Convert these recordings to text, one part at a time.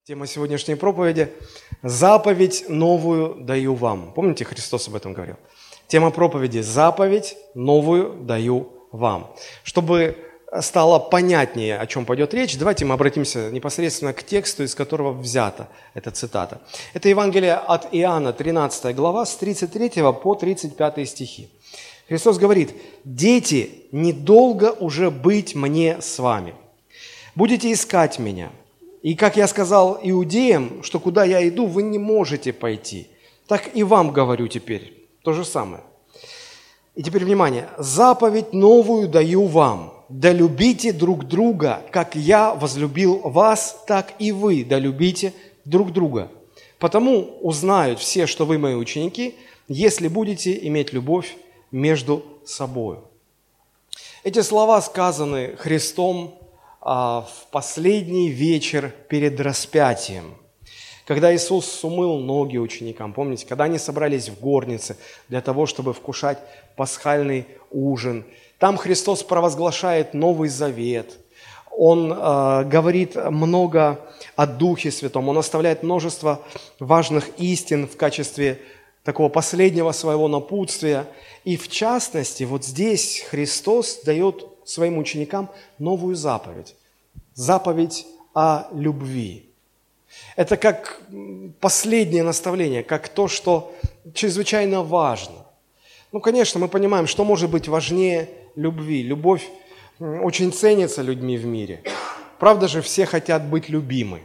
Тема сегодняшней проповеди – «Заповедь новую даю вам». Помните, Христос об этом говорил? Тема проповеди – «Заповедь новую даю вам». Чтобы стало понятнее, о чем пойдет речь, давайте мы обратимся непосредственно к тексту, из которого взята эта цитата. Это Евангелие от Иоанна, 13 глава, с 33 по 35 стихи. Христос говорит: «Дети, недолго уже быть мне с вами. Будете искать меня. И, как я сказал иудеям, что куда я иду, вы не можете пойти, так и вам говорю теперь то же самое». И теперь, внимание, «Заповедь новую даю вам, да любите друг друга, как я возлюбил вас, так и вы да любите друг друга. Потому узнают все, что вы мои ученики, если будете иметь любовь между собой». Эти слова сказаны Христом в последний вечер перед распятием, когда Иисус умыл ноги ученикам, помните, когда они собрались в горнице для того, чтобы вкушать пасхальный ужин. Там Христос провозглашает Новый Завет, Он говорит много о Духе Святом, Он оставляет множество важных истин в качестве такого последнего своего напутствия. И в частности, вот здесь Христос дает своим ученикам новую заповедь. Заповедь о любви. Это как последнее наставление, как то, что чрезвычайно важно. Ну, конечно, мы понимаем, что может быть важнее любви. Любовь очень ценится людьми в мире. Правда же, все хотят быть любимы.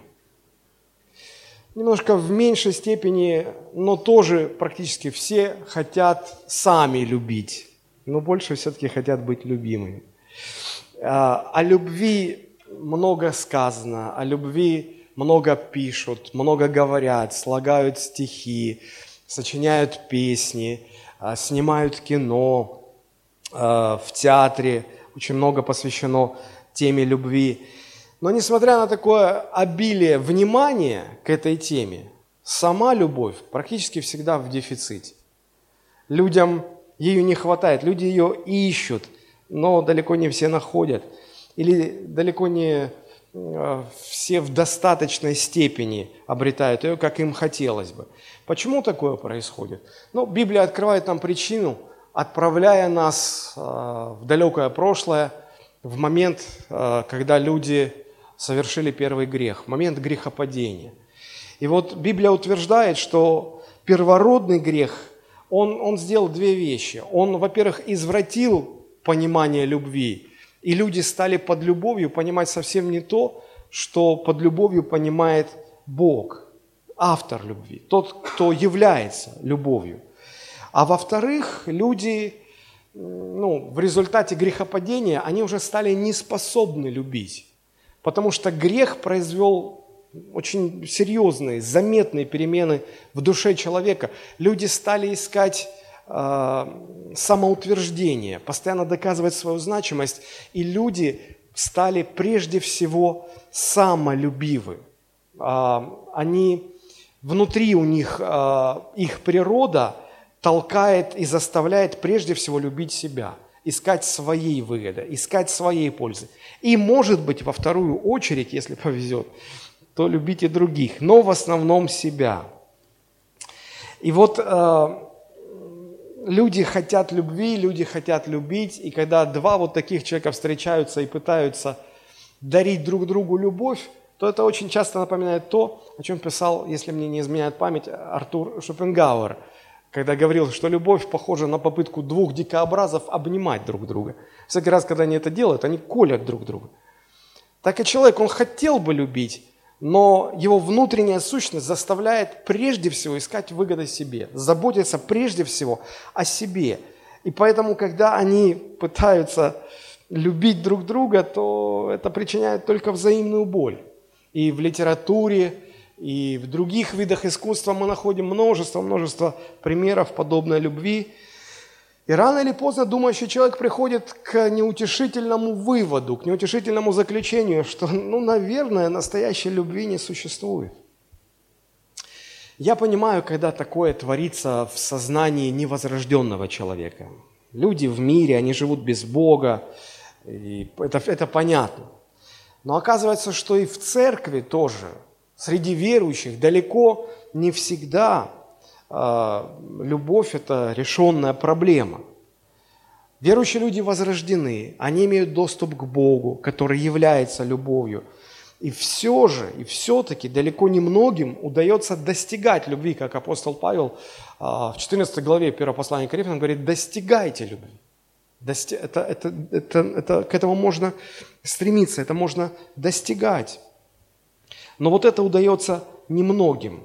Немножко в меньшей степени, но тоже практически все хотят сами любить. Но больше все-таки хотят быть любимыми. О любви много сказано, о любви много пишут, много говорят, слагают стихи, сочиняют песни, снимают кино, в театре очень много посвящено теме любви. Но несмотря на такое обилие внимания к этой теме, сама любовь практически всегда в дефиците. Людям ее не хватает, люди ее ищут, но далеко не все находят. Или далеко не все в достаточной степени обретают ее, как им хотелось бы. Почему такое происходит? Ну, Библия открывает нам причину, отправляя нас в далекое прошлое, в момент, когда люди совершили первый грех, в момент грехопадения. И вот Библия утверждает, что первородный грех, он сделал две вещи. Он, во-первых, извратил понимание любви, и люди стали под любовью понимать совсем не то, что под любовью понимает Бог, автор любви, тот, кто является любовью. А во-вторых, люди, в результате грехопадения, они уже стали неспособны любить, потому что грех произвел очень серьезные, заметные перемены в душе человека. Люди стали искать самоутверждение, постоянно доказывать свою значимость, и люди стали прежде всего самолюбивы. Внутри у них их природа толкает и заставляет прежде всего любить себя, искать своей выгоды, искать своей пользы. И, может быть, во вторую очередь, если повезет, то любить и других, но в основном себя. И вот люди хотят любви, люди хотят любить, и когда два вот таких человека встречаются и пытаются дарить друг другу любовь, то это очень часто напоминает то, о чем писал, если мне не изменяет память, Артур Шопенгауэр, когда говорил, что любовь похожа на попытку двух дикообразов обнимать друг друга. Всякий раз, когда они это делают, они колят друг друга. Так и человек, он хотел бы любить, но его внутренняя сущность заставляет прежде всего искать выгоды себе, заботиться прежде всего о себе. И поэтому, когда они пытаются любить друг друга, то это причиняет только взаимную боль. И в литературе, и в других видах искусства мы находим множество примеров подобной любви. И рано или поздно думающий человек приходит к неутешительному выводу, к неутешительному заключению, что, наверное, настоящей любви не существует. Я понимаю, когда такое творится в сознании невозрожденного человека. Люди в мире, они живут без Бога, и это понятно. Но оказывается, что и в церкви тоже Среди верующих далеко не всегда любовь – это решенная проблема. Верующие люди возрождены, они имеют доступ к Богу, который является любовью. И все же, и все-таки далеко не многим удается достигать любви, как апостол Павел в 14 главе 1 послания к Коринфянам говорит: достигайте любви. К этому можно стремиться, это можно достигать. Но вот это удается немногим.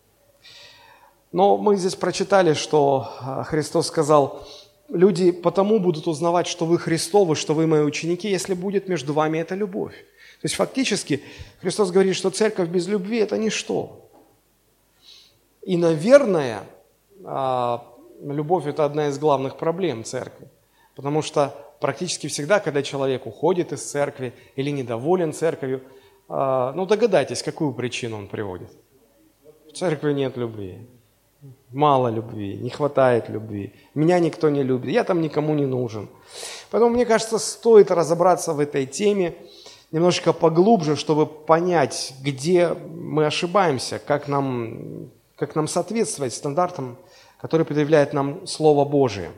Но мы здесь прочитали, что Христос сказал: люди потому будут узнавать, что вы Христовы, что вы мои ученики, если будет между вами эта любовь. То есть фактически Христос говорит, что церковь без любви – это ничто. И, наверное, любовь – это одна из главных проблем церкви. Потому что практически всегда, когда человек уходит из церкви или недоволен церковью, догадайтесь, какую причину он приводит. В церкви нет любви. Мало любви, не хватает любви. Меня никто не любит, я там никому не нужен. Поэтому, мне кажется, стоит разобраться в этой теме немножечко поглубже, чтобы понять, где мы ошибаемся, как нам соответствовать стандартам, которые предъявляет нам Слово Божие.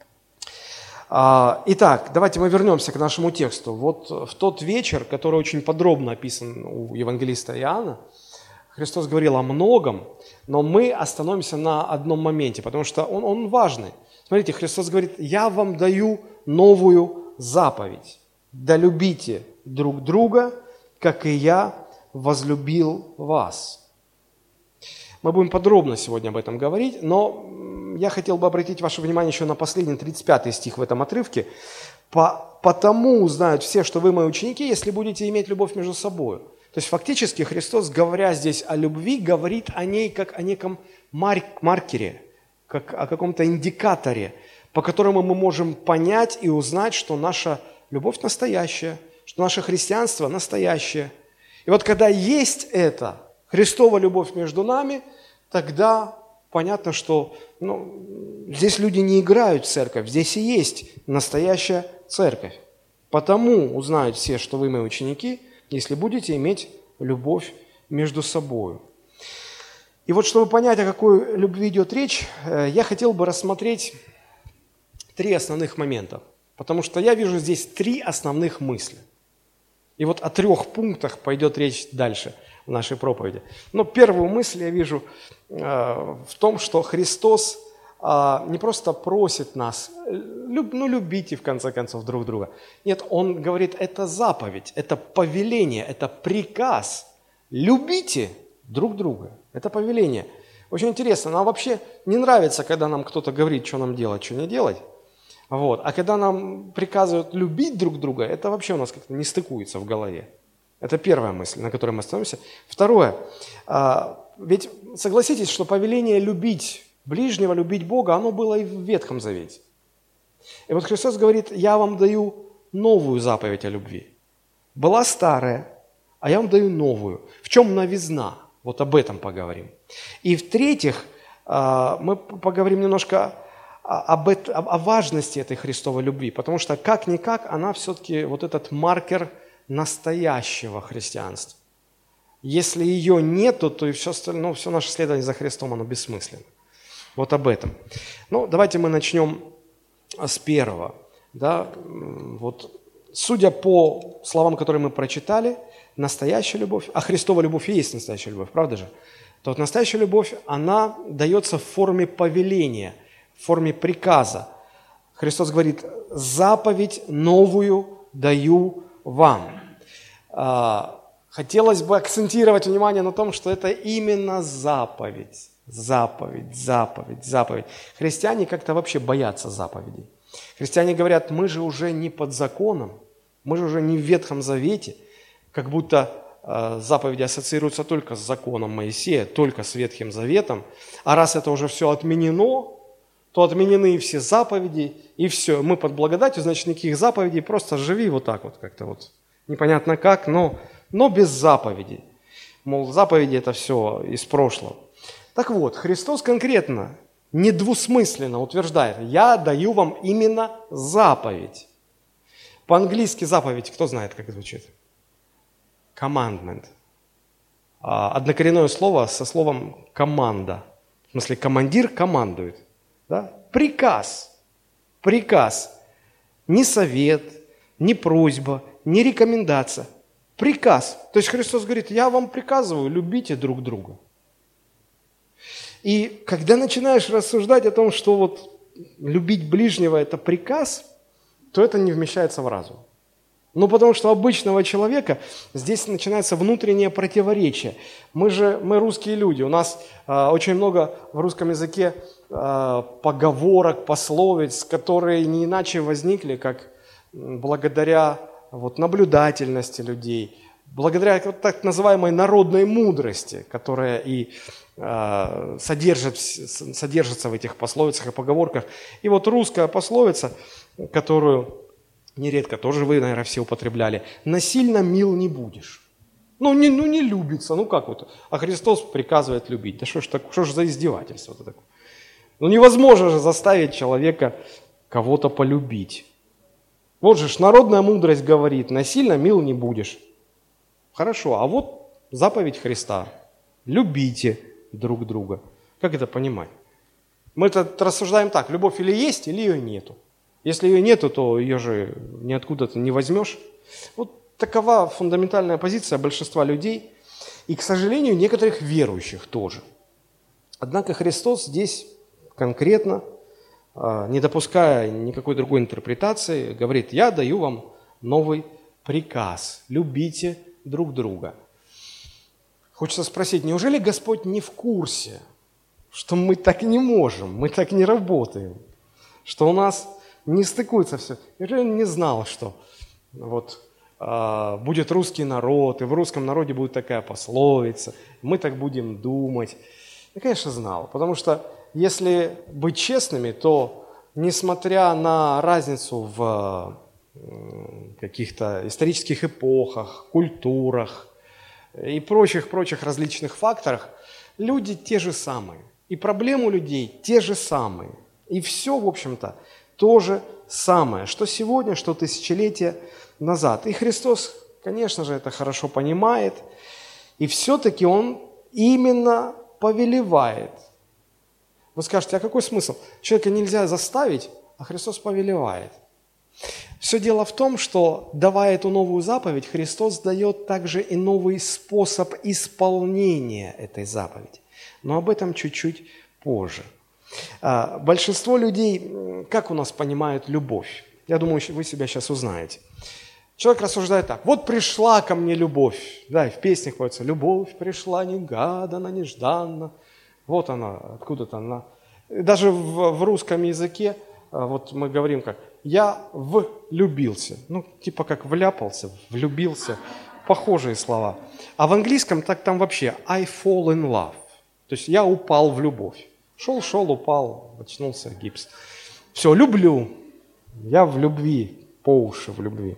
Итак, давайте мы вернемся к нашему тексту. Вот в тот вечер, который очень подробно описан у евангелиста Иоанна, Христос говорил о многом, но мы остановимся на одном моменте, потому что он важный. Смотрите, Христос говорит: «Я вам даю новую заповедь. Да любите друг друга, как и я возлюбил вас». Мы будем подробно сегодня об этом говорить, но я хотел бы обратить ваше внимание еще на последний 35 стих в этом отрывке. «Потому узнают все, что вы мои ученики, если будете иметь любовь между собой». То есть фактически Христос, говоря здесь о любви, говорит о ней как о неком маркере, как о каком-то индикаторе, по которому мы можем понять и узнать, что наша любовь настоящая, что наше христианство настоящее. И вот когда есть это, Христова любовь между нами, тогда понятно, что здесь люди не играют в церковь, здесь и есть настоящая церковь. «Потому узнают все, что вы мои ученики, если будете иметь любовь между собой». И вот, чтобы понять, о какой любви идет речь, я хотел бы рассмотреть 3 основных момента, потому что я вижу здесь 3 основных мысли. И вот о 3 пунктах пойдет речь дальше в нашей проповеди. Но первую мысль я вижу в том, что Христос не просто просит нас, любите в конце концов друг друга. Нет, Он говорит, это заповедь, это повеление, это приказ. Любите друг друга. Это повеление. Очень интересно, нам вообще не нравится, когда нам кто-то говорит, что нам делать, что не делать. А когда нам приказывают любить друг друга, это вообще у нас как-то не стыкуется в голове. Это первая мысль, на которой мы остановимся. Второе. Ведь согласитесь, что повеление любить ближнего, любить Бога, оно было и в Ветхом Завете. И вот Христос говорит: я вам даю новую заповедь о любви. Была старая, а я вам даю новую. В чем новизна? Вот об этом поговорим. И в-третьих, мы поговорим немножко о важности этой Христовой любви, потому что как-никак она все-таки вот этот маркер настоящего христианства. Если ее нету, то и все остальное, все наше следование за Христом, оно бессмысленно. Вот об этом. Давайте мы начнем с первого. Вот, судя по словам, которые мы прочитали, настоящая любовь, а Христова любовь и есть настоящая любовь, правда же? То вот настоящая любовь, она дается в форме повеления, в форме приказа. Христос говорит: заповедь новую даю вам. Хотелось бы акцентировать внимание на том, что это именно заповедь. Заповедь, заповедь, заповедь. Христиане как-то вообще боятся заповедей. Христиане говорят: мы же уже не под законом, мы же уже не в Ветхом Завете, как будто заповеди ассоциируются только с законом Моисея, только с Ветхим Заветом, а раз это уже все отменено, то отменены и все заповеди, и все. Мы под благодатью, значит, никаких заповедей, просто живи вот так вот как-то вот. Непонятно как, но без заповедей. Мол, заповеди – это все из прошлого. Так вот, Христос конкретно, недвусмысленно утверждает: я даю вам именно заповедь. По-английски заповедь, кто знает, как звучит? Commandment. однокоренное слово со словом «команда». В смысле, командир командует. Да? Приказ. Приказ. Не совет, не просьба, не рекомендация. Приказ. То есть Христос говорит, я вам приказываю, любите друг друга. И когда начинаешь рассуждать о том, что вот любить ближнего – это приказ, то это не вмещается в разум. Ну, потому что у обычного человека здесь начинается внутреннее противоречие. Мы русские люди, у нас очень много в русском языке поговорок, пословиц, которые не иначе возникли, как благодаря наблюдательности людей, благодаря так называемой народной мудрости, которая и содержится в этих пословицах и поговорках. И вот русская пословица, которую нередко тоже вы, наверное, все употребляли. «Насильно мил не будешь». Не любится, как вот. А Христос приказывает любить. Да что ж за издевательство-то такое? Невозможно же заставить человека кого-то полюбить. Вот же народная мудрость говорит, насильно мил не будешь. Хорошо, а вот заповедь Христа. Любите друг друга. Как это понимать? Мы-то рассуждаем так, любовь или есть, или ее нету. Если ее нету, то ее же ниоткуда-то не возьмешь. Вот такова фундаментальная позиция большинства людей и, к сожалению, некоторых верующих тоже. Однако Христос здесь конкретно, не допуская никакой другой интерпретации, говорит, я даю вам новый приказ, любите друг друга. Хочется спросить, неужели Господь не в курсе, что мы так не можем, мы так не работаем, что у нас не стыкуется все. Неужели он не знал, что будет русский народ, и в русском народе будет такая пословица, мы так будем думать? Я, конечно, знал, потому что если быть честными, то несмотря на разницу в каких-то исторических эпохах, культурах и прочих различных факторах, люди те же самые. И проблемы у людей те же самые. И все, в общем-то, то же самое, что сегодня, что тысячелетия назад. И Христос, конечно же, это хорошо понимает, и все-таки Он именно повелевает. Вы скажете, а какой смысл? Человека нельзя заставить, а Христос повелевает. Все дело в том, что, давая эту новую заповедь, Христос дает также и новый способ исполнения этой заповеди. Но об этом чуть-чуть позже. Большинство людей, как у нас понимают любовь? Я думаю, вы себя сейчас узнаете. Человек рассуждает так, вот пришла ко мне любовь. Да, и в песнях поется, любовь пришла негаданно, нежданно. Вот она, откуда-то она. Даже в русском языке, вот мы говорим как, я влюбился. Типа как вляпался, влюбился. Похожие слова. А в английском так там вообще I fall in love. То есть я упал в любовь. Шел, упал, очнулся, гипс. Все, люблю. Я в любви, по уши в любви.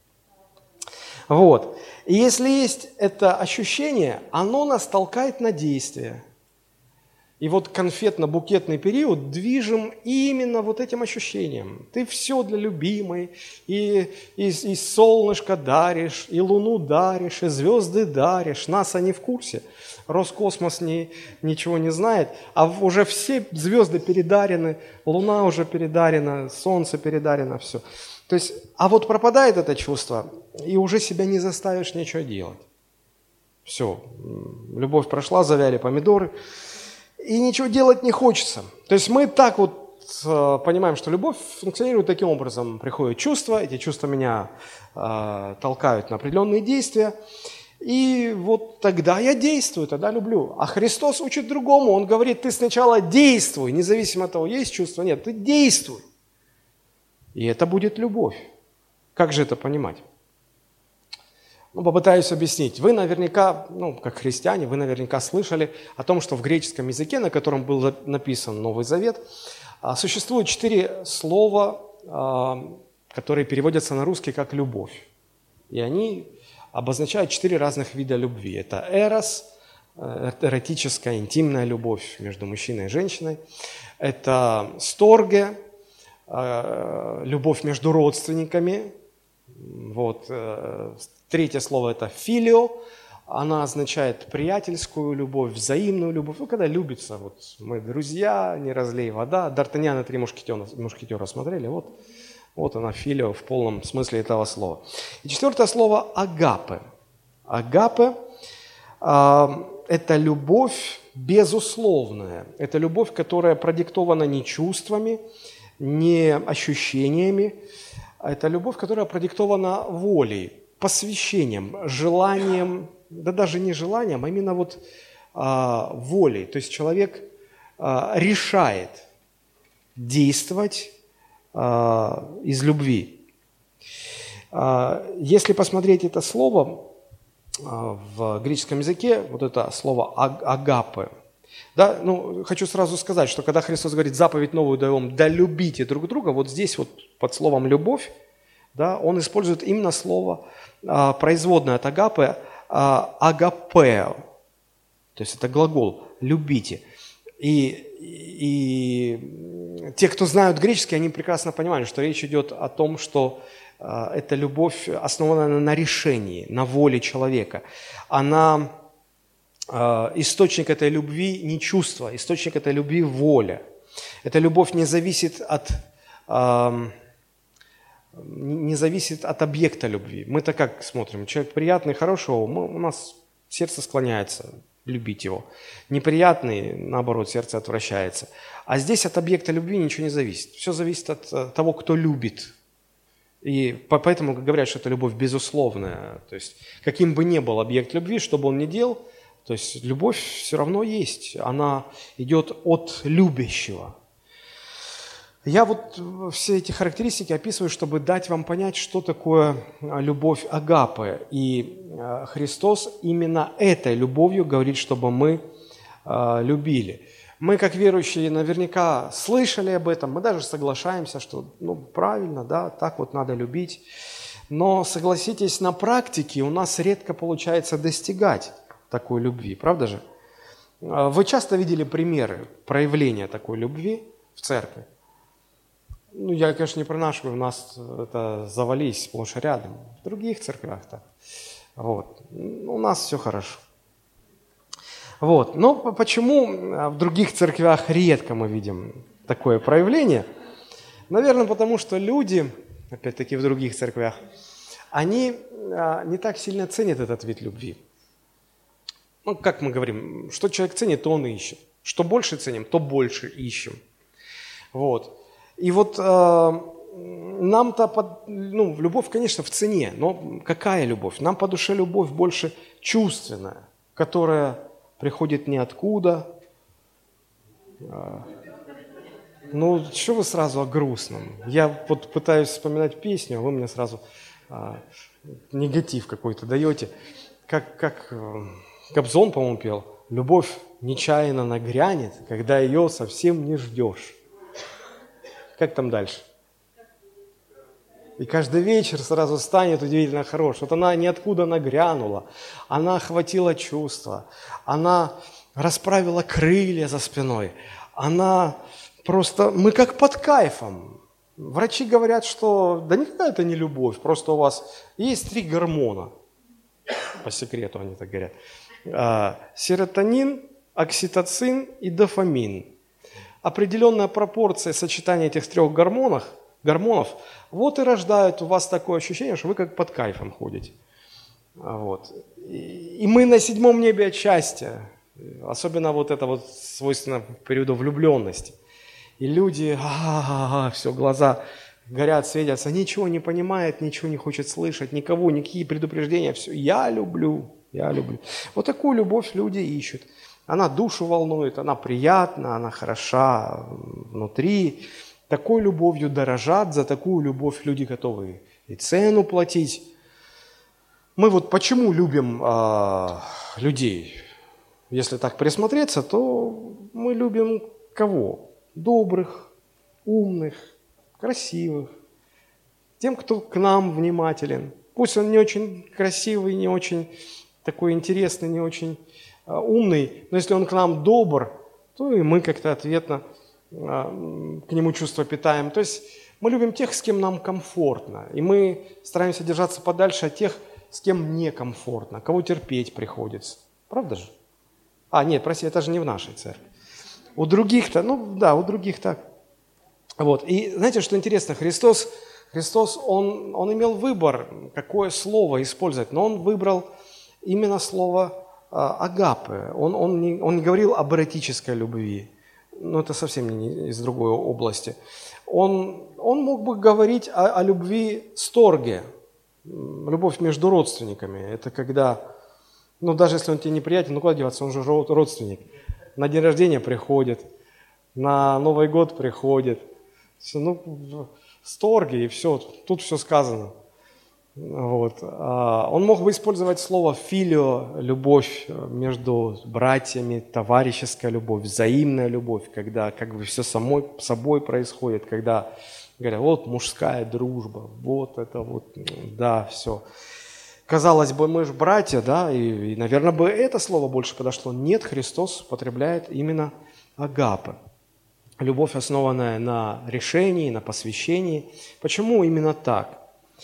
Вот. И если есть это ощущение, оно нас толкает на действие. И вот конфетно-букетный период движим именно вот этим ощущением. Ты все для любимой, и солнышко даришь, и луну даришь, и звезды даришь. НАСА не в курсе, Роскосмос ничего не знает, а уже все звезды передарены, луна уже передарена, солнце передарено, все. То есть, а вот пропадает это чувство, и уже себя не заставишь ничего делать. Все, любовь прошла, завяли помидоры, и ничего делать не хочется. То есть мы так вот понимаем, что любовь функционирует таким образом. Приходят чувства, эти чувства меня толкают на определенные действия. И вот тогда я действую, тогда люблю. А Христос учит другому. Он говорит, ты сначала действуй, независимо от того, есть чувство, нет, ты действуй. И это будет любовь. Как же это понимать? Попытаюсь объяснить. Вы наверняка, как христиане, вы наверняка слышали о том, что в греческом языке, на котором был написан Новый Завет, существует 4 слова, которые переводятся на русский как «любовь». И они обозначают 4 разных вида любви. Это эрос, эротическая, интимная любовь между мужчиной и женщиной. Это сторге, любовь между родственниками. Вот. 3 слово – это филио, она означает приятельскую любовь, взаимную любовь. Ну, когда любится, вот мы друзья, не разлей вода. Д'Артаньян и три мушкетера смотрели, вот она, филио в полном смысле этого слова. И четвертое слово агапе. Агапе это любовь безусловная. Это любовь, которая продиктована не чувствами, не ощущениями. Это любовь, которая продиктована волей, посвящением, желанием, да даже не желанием, а именно вот волей. То есть человек решает действовать из любви. Если посмотреть это слово в греческом языке, вот это слово агапе, да, хочу сразу сказать, что когда Христос говорит «заповедь новую даю вам, да любите друг друга», вот здесь вот под словом «любовь», да, он использует именно слово производное от агапе, агапео, то есть это глагол «любите». И те, кто знают греческий, они прекрасно понимают, что речь идет о том, что эта любовь основана на решении, на воле человека. Источник этой любви не чувство, источник этой любви – воля. Эта любовь не зависит от объекта любви. Мы-то как смотрим? Человек приятный, хороший, у нас сердце склоняется любить его. Неприятный, наоборот, сердце отвращается. А здесь от объекта любви ничего не зависит. Все зависит от того, кто любит. И поэтому говорят, что это любовь безусловная. То есть каким бы ни был объект любви, что бы он ни делал, то есть любовь все равно есть. Она идет от любящего. Я вот все эти характеристики описываю, чтобы дать вам понять, что такое любовь агапе. И Христос именно этой любовью говорит, чтобы мы любили. Мы, как верующие, наверняка слышали об этом, мы даже соглашаемся, что правильно, да, так вот надо любить. Но, согласитесь, на практике у нас редко получается достигать такой любви, правда же? Вы часто видели примеры проявления такой любви в церкви? Я, конечно, не про нашу, у нас это завались сплошь и рядом. В других церквях так. У нас все хорошо. Но почему в других церквях редко мы видим такое проявление? Наверное, потому что люди, опять-таки в других церквях, они не так сильно ценят этот вид любви. Как мы говорим, что человек ценит, то он и ищет. Что больше ценим, то больше ищем. И нам-то, любовь, конечно, в цене, но какая любовь? Нам по душе любовь больше чувственная, которая приходит ниоткуда. Что вы сразу о грустном? Я пытаюсь вспоминать песню, а вы мне сразу негатив какой-то даете. Как Кобзон, по-моему, пел: «Любовь нечаянно нагрянет, когда ее совсем не ждешь». Как там дальше? И каждый вечер сразу станет удивительно хорош. Она ниоткуда нагрянула, она охватила чувства, она расправила крылья за спиной, мы как под кайфом. Врачи говорят, что да никакая это не любовь, просто у вас есть 3 гормона, по секрету они так говорят. Серотонин, окситоцин и дофамин. Определенная пропорция сочетания этих 3 гормонов и рождают у вас такое ощущение, что вы как под кайфом ходите. И мы на 7-м небе от счастья. Особенно это свойственно периоду влюбленности. И люди, все, глаза горят, светятся, ничего не понимает, ничего не хочет слышать, никакие предупреждения, все, я люблю. Вот такую любовь люди ищут. Она душу волнует, она приятна, она хороша внутри. Такой любовью дорожат, за такую любовь люди готовы и цену платить. Мы почему любим людей? Если так присмотреться, то мы любим кого? Добрых, умных, красивых. Тем, кто к нам внимателен. Пусть он не очень красивый, не очень такой интересный, не очень умный, но если он к нам добр, то и мы как-то ответно к нему чувства питаем. То есть мы любим тех, с кем нам комфортно, и мы стараемся держаться подальше от тех, с кем некомфортно, кого терпеть приходится. Правда же? Нет, прости, это же не в нашей церкви. У других-то, у других так. Вот. И знаете, что интересно? Христос, он имел выбор, какое слово использовать, но он выбрал именно слово агапе. Он не говорил об эротической любви, но это совсем не из другой области. Он мог бы говорить о любви сторге, любовь между родственниками. Это когда, даже если он тебе неприятен, куда деваться, он же родственник. На день рождения приходит, на Новый год приходит. Сторги и все, тут все сказано. Вот. Он мог бы использовать слово филио, любовь между братьями, товарищеская любовь, взаимная любовь, когда все собой происходит, когда говорят, вот мужская дружба, вот это все. Казалось бы, мы же братья, и, наверное, бы это слово больше подошло. Нет, Христос употребляет именно агапе. Любовь, основанная на решении, на посвящении. Почему именно так?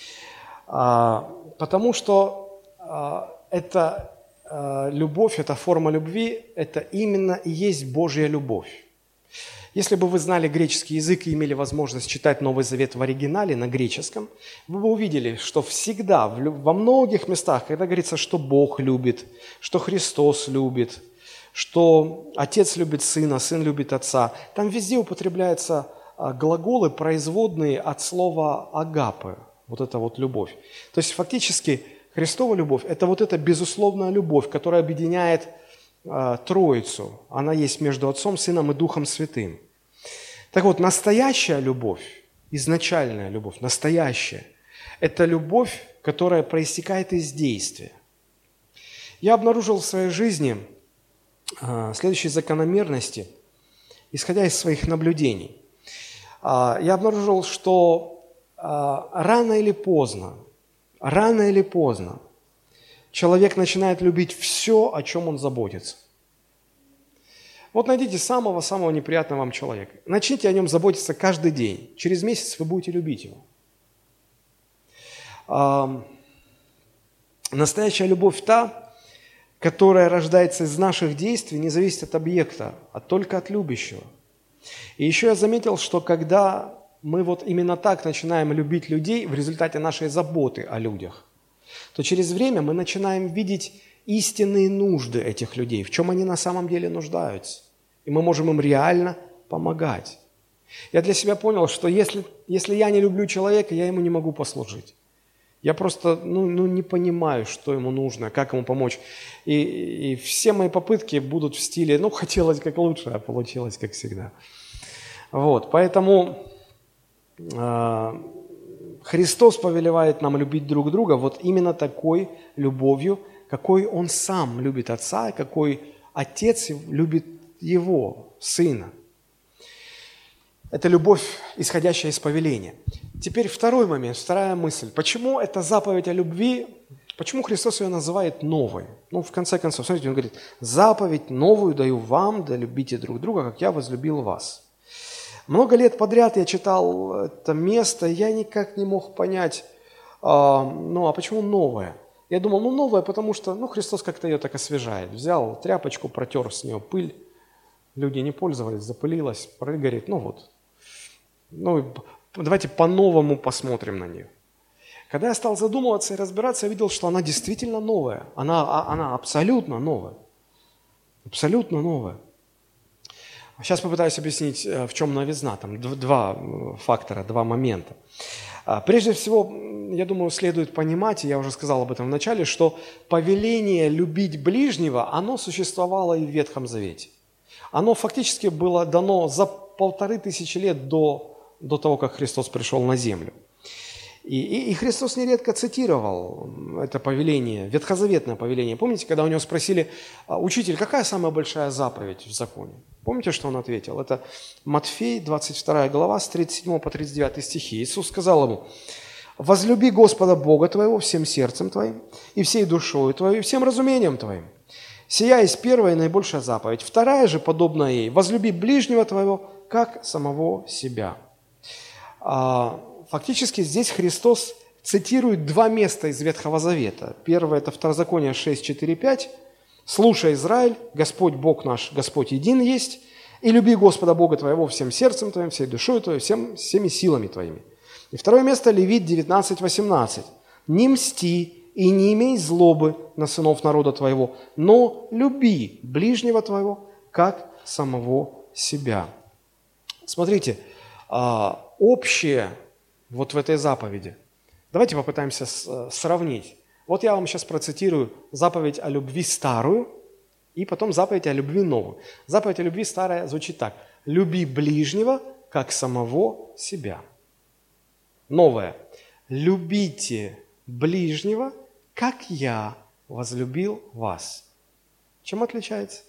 Потому что эта любовь, эта форма любви, это именно и есть Божья любовь. Если бы вы знали греческий язык и имели возможность читать Новый Завет в оригинале на греческом, вы бы увидели, что всегда, во многих местах, когда говорится, что Бог любит, что Христос любит, что Отец любит Сына, Сын любит Отца, там везде употребляются глаголы, производные от слова агапе, любовь. То есть фактически Христова любовь – это эта безусловная любовь, которая объединяет Троицу. Она есть между Отцом, Сыном и Духом Святым. Так вот, настоящая любовь, изначальная любовь, настоящая – это любовь, которая проистекает из действия. Я обнаружил в своей жизни следующие закономерности, исходя из своих наблюдений. Я обнаружил, что рано или поздно человек начинает любить все, о чем он заботится. Найдите самого-самого неприятного вам человека. Начните о нем заботиться каждый день. Через месяц вы будете любить его. Настоящая любовь та, которая рождается из наших действий, не зависит от объекта, а только от любящего. И еще я заметил, что когда мы именно так начинаем любить людей в результате нашей заботы о людях, то через время мы начинаем видеть истинные нужды этих людей, в чем они на самом деле нуждаются. И мы можем им реально помогать. Я для себя понял, что если я не люблю человека, я ему не могу послужить. Я просто не понимаю, что ему нужно, как ему помочь. И все мои попытки будут в стиле, хотелось как лучше, а получилось как всегда. Поэтому Христос повелевает нам любить друг друга именно такой любовью, какой Он сам любит Отца, и какой Отец любит Его, Сына. Это любовь, исходящая из повеления. Теперь второй момент, вторая мысль. Почему эта заповедь о любви, почему Христос ее называет новой? В конце концов, смотрите, Он говорит, заповедь новую даю вам, да любите друг друга, как я возлюбил вас. Много лет подряд я читал это место, и я никак не мог понять, а почему новое? Я думал, новое, потому что Христос как-то ее так освежает. Взял тряпочку, протер с нее пыль, люди не пользовались, запылилось, говорит, давайте по-новому посмотрим на нее. Когда я стал задумываться и разбираться, я видел, что она действительно новая. Она абсолютно новая. Абсолютно новая. Сейчас попытаюсь объяснить, в чем новизна. Там два фактора, два момента. Прежде всего, я думаю, следует понимать, и я уже сказал об этом в начале, что повеление любить ближнего, оно существовало и в Ветхом Завете. Оно фактически было дано за 1500 лет до того, как Христос пришел на землю. И Христос нередко цитировал это повеление, ветхозаветное повеление. Помните, когда у него спросили, учитель, какая самая большая заповедь в законе? Помните, что он ответил? Это Матфей, 22 глава, с 37 по 39 стихи. Иисус сказал ему, возлюби Господа Бога твоего всем сердцем твоим, и всей душою твоей, и всем разумением твоим. Сия есть первая и наибольшая заповедь. Вторая же, подобная ей, возлюби ближнего твоего, как самого себя. Фактически здесь Христос цитирует два места из Ветхого Завета. Первое – это Второзаконие 6, 4, 5. «Слушай, Израиль, Господь Бог наш, Господь един есть, и люби Господа Бога твоего всем сердцем твоим, всей душой твоей, всеми силами твоими». И второе место – Левит 19, 18. «Не мсти и не имей злобы на сынов народа твоего, но люби ближнего твоего, как самого себя». Смотрите, общее вот в этой заповеди. Давайте попытаемся сравнить. Вот я вам сейчас процитирую заповедь о любви старую и потом заповедь о любви новую. Заповедь о любви старая звучит так. «Люби ближнего, как самого себя». Новая. «Любите ближнего, как я возлюбил вас». Чем отличается?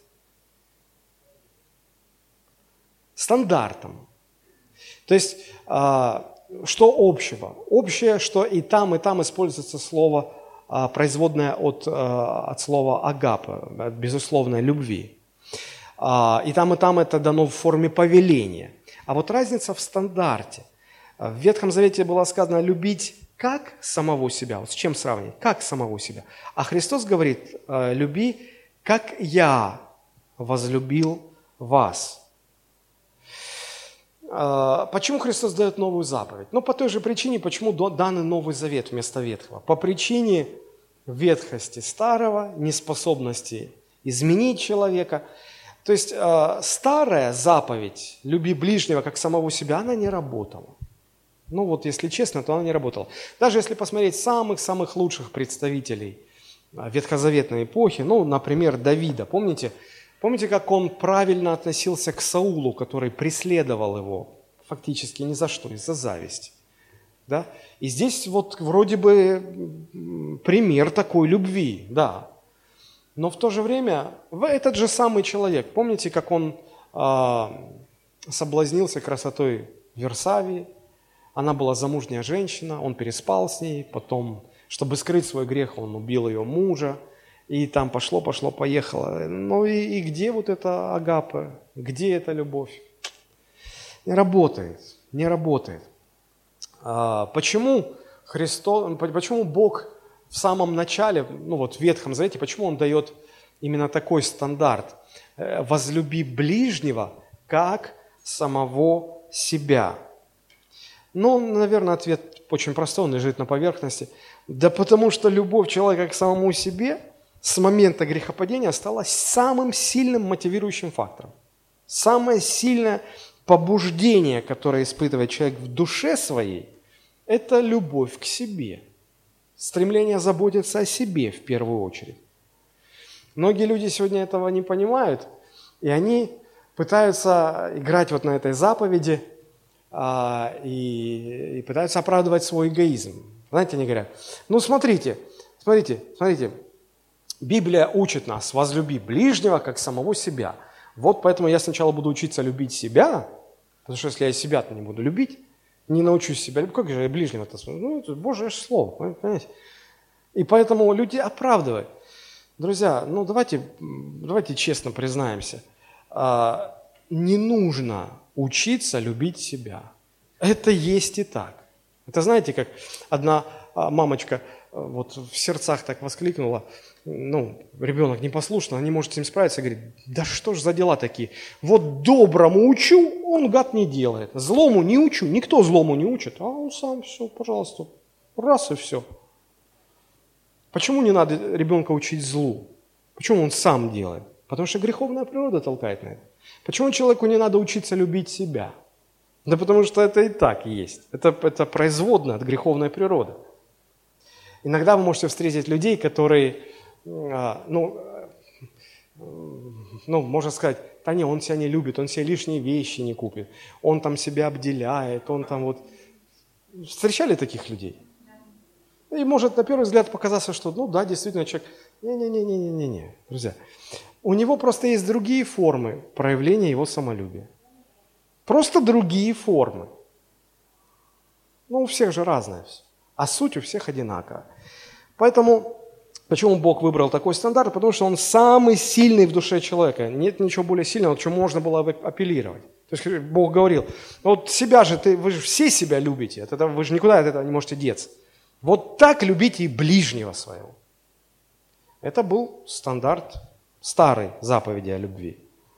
Стандартом. То есть, что общего? Общее, что и там используется слово, производное от слова агапа, от безусловной любви. И там это дано в форме повеления. А вот разница в стандарте. В Ветхом Завете было сказано любить как самого себя. Вот с чем сравнить? Как самого себя. А Христос говорит, люби, как я возлюбил вас. Почему Христос дает новую заповедь? Ну, по той же причине, почему дан Новый Завет вместо Ветхого. По причине ветхости старого, неспособности изменить человека. То есть старая заповедь «люби ближнего, как самого себя», она не работала. Ну вот, если честно, то она не работала. Даже если посмотреть самых-самых лучших представителей ветхозаветной эпохи, ну, например, Давида, помните, как он правильно относился к Саулу, который преследовал его фактически ни за что, из-за зависти. Да? И здесь вот вроде бы пример такой любви, да. Но в то же время этот же самый человек, помните, как он соблазнился красотой Версавии? Она была замужняя женщина, он переспал с ней, потом, чтобы скрыть свой грех, он убил ее мужа. И там пошло-поехало. Ну и где вот это агапе? Где эта любовь? Не работает. Почему Бог в самом начале, ну вот в Ветхом Завете, почему Он дает именно такой стандарт? Возлюби ближнего, как самого себя. Ну, наверное, ответ очень простой, он лежит на поверхности. Да потому что любовь человека к самому себе с момента грехопадения стала самым сильным мотивирующим фактором. Самое сильное побуждение, которое испытывает человек в душе своей, это любовь к себе. Стремление заботиться о себе в первую очередь. Многие люди сегодня этого не понимают, и они пытаются играть вот на этой заповеди и пытаются оправдывать свой эгоизм. Знаете, они говорят, ну смотрите, Библия учит нас, возлюби ближнего, как самого себя. Вот поэтому я сначала буду учиться любить себя, потому что если я себя-то не буду любить, не научусь себя любить, как же я ближнего-то? Ну, это Божье слово, понимаете? И поэтому люди оправдывают. Друзья, ну давайте честно признаемся, не нужно учиться любить себя. Это есть и так. Это знаете, как одна мамочка вот в сердцах так воскликнула, ну, ребенок непослушный, она не может с ним справиться, говорит, да что ж за дела такие? Вот доброму учу, он, гад, не делает. Злому не учу, никто злому не учит, а он сам все, пожалуйста, раз и все. Почему не надо ребенка учить злу? Почему он сам делает? Потому что греховная природа толкает на это. Почему человеку не надо учиться любить себя? Да потому что это и так есть. Это производное от греховной природы. Иногда вы можете встретить людей, которые, можно сказать, да не, он себя не любит, он себе лишние вещи не купит, он там себя обделяет, он там вот... Встречали таких людей? И может на первый взгляд показаться, что, ну да, действительно, человек... Не, друзья. У него просто есть другие формы проявления его самолюбия. Просто другие формы. Ну, у всех же разное все. А суть у всех одинаковая. Поэтому, почему Бог выбрал такой стандарт? Потому что он самый сильный в душе человека. Нет ничего более сильного, к чему можно было бы апеллировать. То есть Бог говорил, вот себя же, вы же все себя любите, вы же никуда от этого не можете деться. Вот так любите и ближнего своего. Это был стандарт старой заповеди о любви.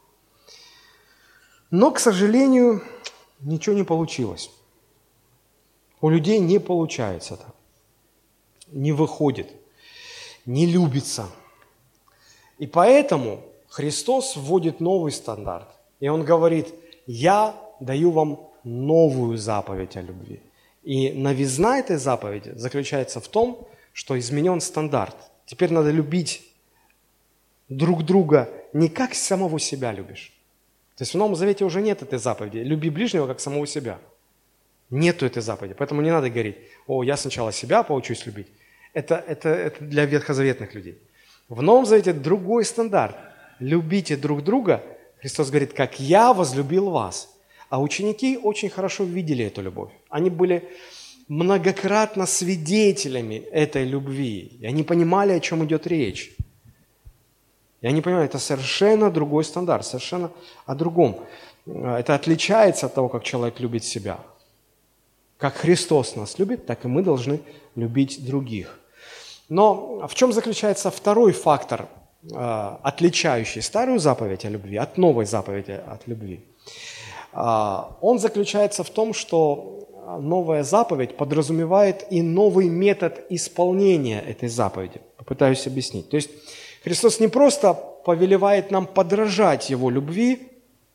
Но, к сожалению, ничего не получилось. У людей не получается так. Не выходит, не любится. И поэтому Христос вводит новый стандарт. И Он говорит: «Я даю вам новую заповедь о любви». И новизна этой заповеди заключается в том, что изменен стандарт. Теперь надо любить друг друга не как самого себя любишь. То есть в Новом Завете уже нет этой заповеди: «Люби ближнего, как самого себя». Нету этой заповеди. Поэтому не надо говорить: «О, я сначала себя поучусь любить». Это для ветхозаветных людей. В Новом Завете другой стандарт. Любите друг друга, Христос говорит, как я возлюбил вас. А ученики очень хорошо видели эту любовь. Они были многократно свидетелями этой любви. И они понимали, о чем идет речь. И они понимают, это совершенно другой стандарт, совершенно о другом. Это отличается от того, как человек любит себя. Как Христос нас любит, так и мы должны любить других. Но в чем заключается второй фактор, отличающий старую заповедь о любви от новой заповеди о любви? Он заключается в том, что новая заповедь подразумевает и новый метод исполнения этой заповеди. Попытаюсь объяснить. То есть Христос не просто повелевает нам подражать Его любви,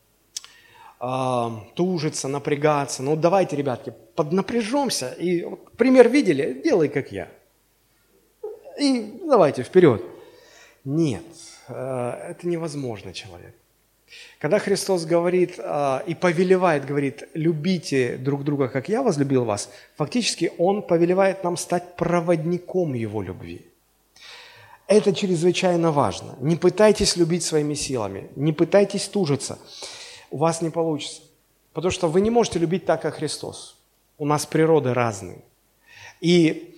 тужиться, напрягаться. Ну давайте, ребятки, поднапряжемся. И пример видели? Делай, как я. И давайте вперед. Нет, это невозможно, человек. Когда Христос говорит и повелевает, говорит, любите друг друга, как я возлюбил вас, фактически Он повелевает нам стать проводником Его любви. Это чрезвычайно важно. Не пытайтесь любить своими силами, не пытайтесь тужиться. У вас не получится. Потому что вы не можете любить так, как Христос. У нас природы разные. И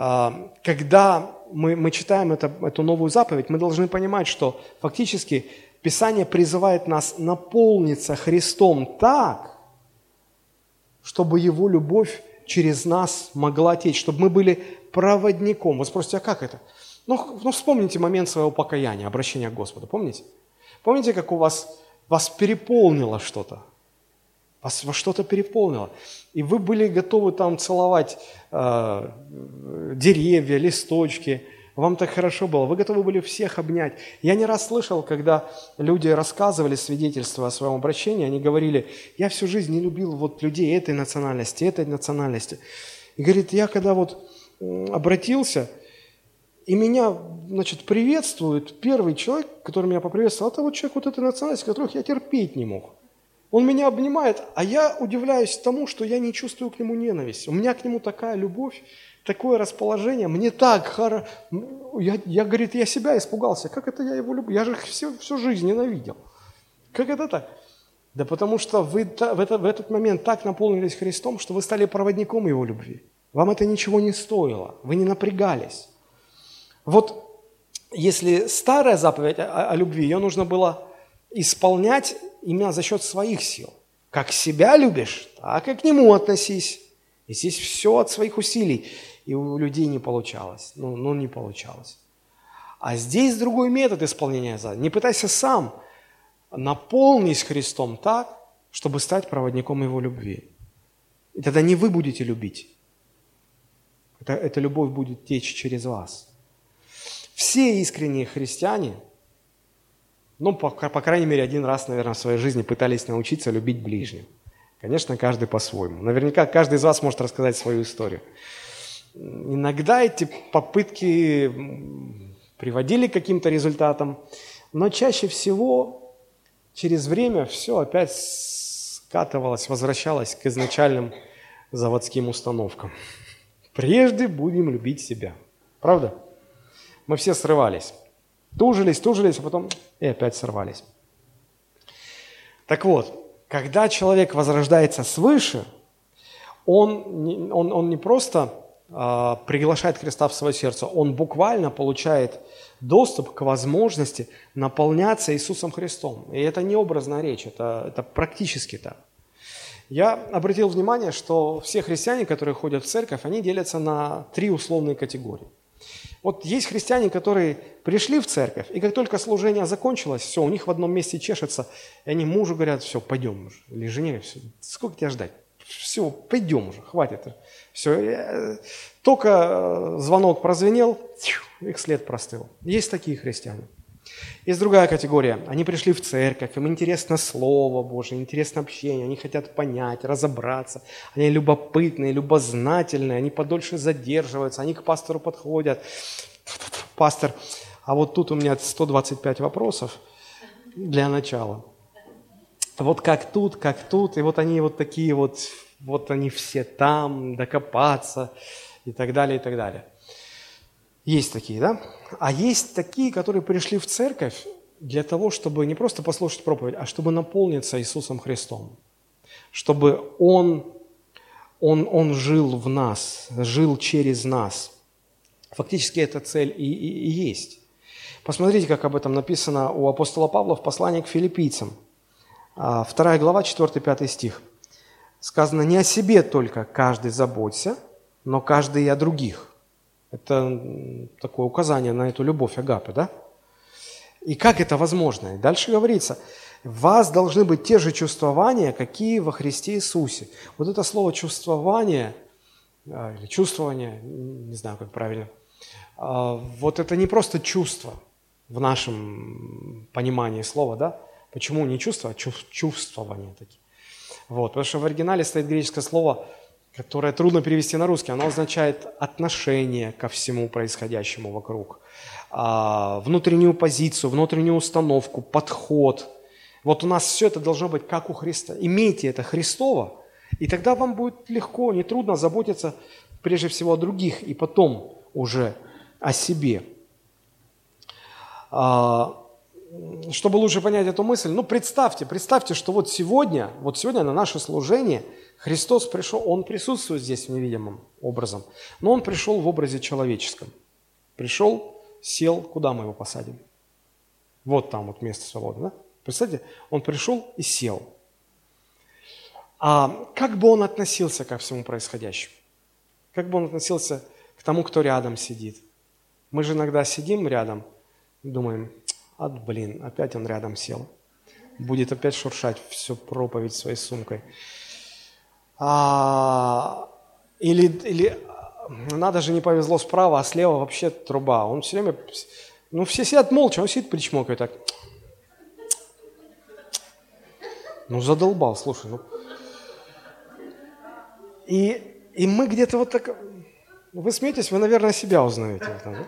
когда мы читаем эту новую заповедь, мы должны понимать, что фактически Писание призывает нас наполниться Христом так, чтобы Его любовь через нас могла течь, чтобы мы были проводником. Вы спросите, а как это? Ну, вспомните момент своего покаяния, обращения к Господу. Помните? Помните, как вас переполнило что-то? Вас во что-то переполнило. И вы были готовы там целовать деревья, листочки. Вам так хорошо было. Вы готовы были всех обнять. Я не раз слышал, когда люди рассказывали свидетельства о своем обращении, они говорили, я всю жизнь не любил вот людей этой национальности. И говорит, я когда обратился, и меня, приветствует первый человек, который меня поприветствовал, это человек этой национальности, которых я терпеть не мог. Он меня обнимает, а я удивляюсь тому, что я не чувствую к нему ненависти. У меня к нему такая любовь, такое расположение, мне так хорошо. Я себя испугался. Как это я его люблю? Я же всю жизнь ненавидел. Как это так? Да потому что вы в этот момент так наполнились Христом, что вы стали проводником Его любви. Вам это ничего не стоило, вы не напрягались. Вот если старая заповедь о любви, ее нужно было исполнять именно за счет своих сил. Как себя любишь, так и к нему относись. И здесь все от своих усилий. И у людей не получалось. Не получалось. А здесь другой метод исполнения заповеди. Не пытайся сам. Наполнись Христом так, чтобы стать проводником Его любви. И тогда не вы будете любить. Эта любовь будет течь через вас. Все искренние христиане, по крайней мере, один раз, наверное, в своей жизни пытались научиться любить ближнего. Конечно, каждый по-своему. Наверняка каждый из вас может рассказать свою историю. Иногда эти попытки приводили к каким-то результатам, но чаще всего через время все опять скатывалось, возвращалось к изначальным заводским установкам. Прежде будем любить себя. Правда? Мы все срывались. Тужились, а потом и опять сорвались. Так вот, когда человек возрождается свыше, он не просто приглашает Христа в свое сердце, он буквально получает доступ к возможности наполняться Иисусом Христом. И это не образная речь, это практически так. Я обратил внимание, что все христиане, которые ходят в церковь, они делятся на 3 условные категории. Вот есть христиане, которые пришли в церковь, и как только служение закончилось, все, у них в одном месте чешется, и они мужу говорят: все, пойдем уже, или жене, все, сколько тебя ждать? Все, пойдем уже, хватит. Все, только звонок прозвенел, их след простыл. Есть такие христиане. Есть другая категория. Они пришли в церковь, им интересно Слово Божие, интересно общение, они хотят понять, разобраться, они любопытные, любознательные, они подольше задерживаются, они к пастору подходят. Пастор, а вот тут у меня 125 вопросов для начала. Вот как тут, и вот они вот такие вот они все там, докопаться и так далее, и так далее. Есть такие, да? А есть такие, которые пришли в церковь для того, чтобы не просто послушать проповедь, а чтобы наполниться Иисусом Христом. Чтобы Он жил в нас, жил через нас. Фактически эта цель и есть. Посмотрите, как об этом написано у апостола Павла в послании к филиппийцам. 2 глава, 4-5 стих. Сказано: «Не о себе только каждый заботься, но каждый и о других». Это такое указание на эту любовь агапы, да? И как это возможно? И дальше говорится: в вас должны быть те же чувствования, какие во Христе Иисусе. Вот это слово чувствование, или чувствование, не знаю, как правильно, вот это не просто чувство в нашем понимании слова, да? Почему не чувство, а чувствование такие. Вот, потому что в оригинале стоит греческое слово, которое трудно перевести на русский. Оно означает отношение ко всему происходящему вокруг, внутреннюю позицию, внутреннюю установку, подход. Вот у нас все это должно быть как у Христа. Имейте это Христово, и тогда вам будет легко, нетрудно заботиться прежде всего о других, и потом уже о себе. Чтобы лучше понять эту мысль, представьте, что вот сегодня на наше служение Христос пришел, Он присутствует здесь невидимым образом, но Он пришел в образе человеческом. Пришел, сел, куда мы Его посадим? Вот там вот место свободно, да? Представьте, Он пришел и сел. А как бы Он относился ко всему происходящему? Как бы Он относился к тому, кто рядом сидит? Мы же иногда сидим рядом и думаем: опять он рядом сел. Будет опять шуршать всю проповедь своей сумкой. Или надо же, не повезло справа, а слева вообще труба. Он все время, все сидят молча, он сидит, причмокает так. Задолбал, слушай, И мы где-то вот так... Вы смеетесь, вы, наверное, себя узнаете. Да?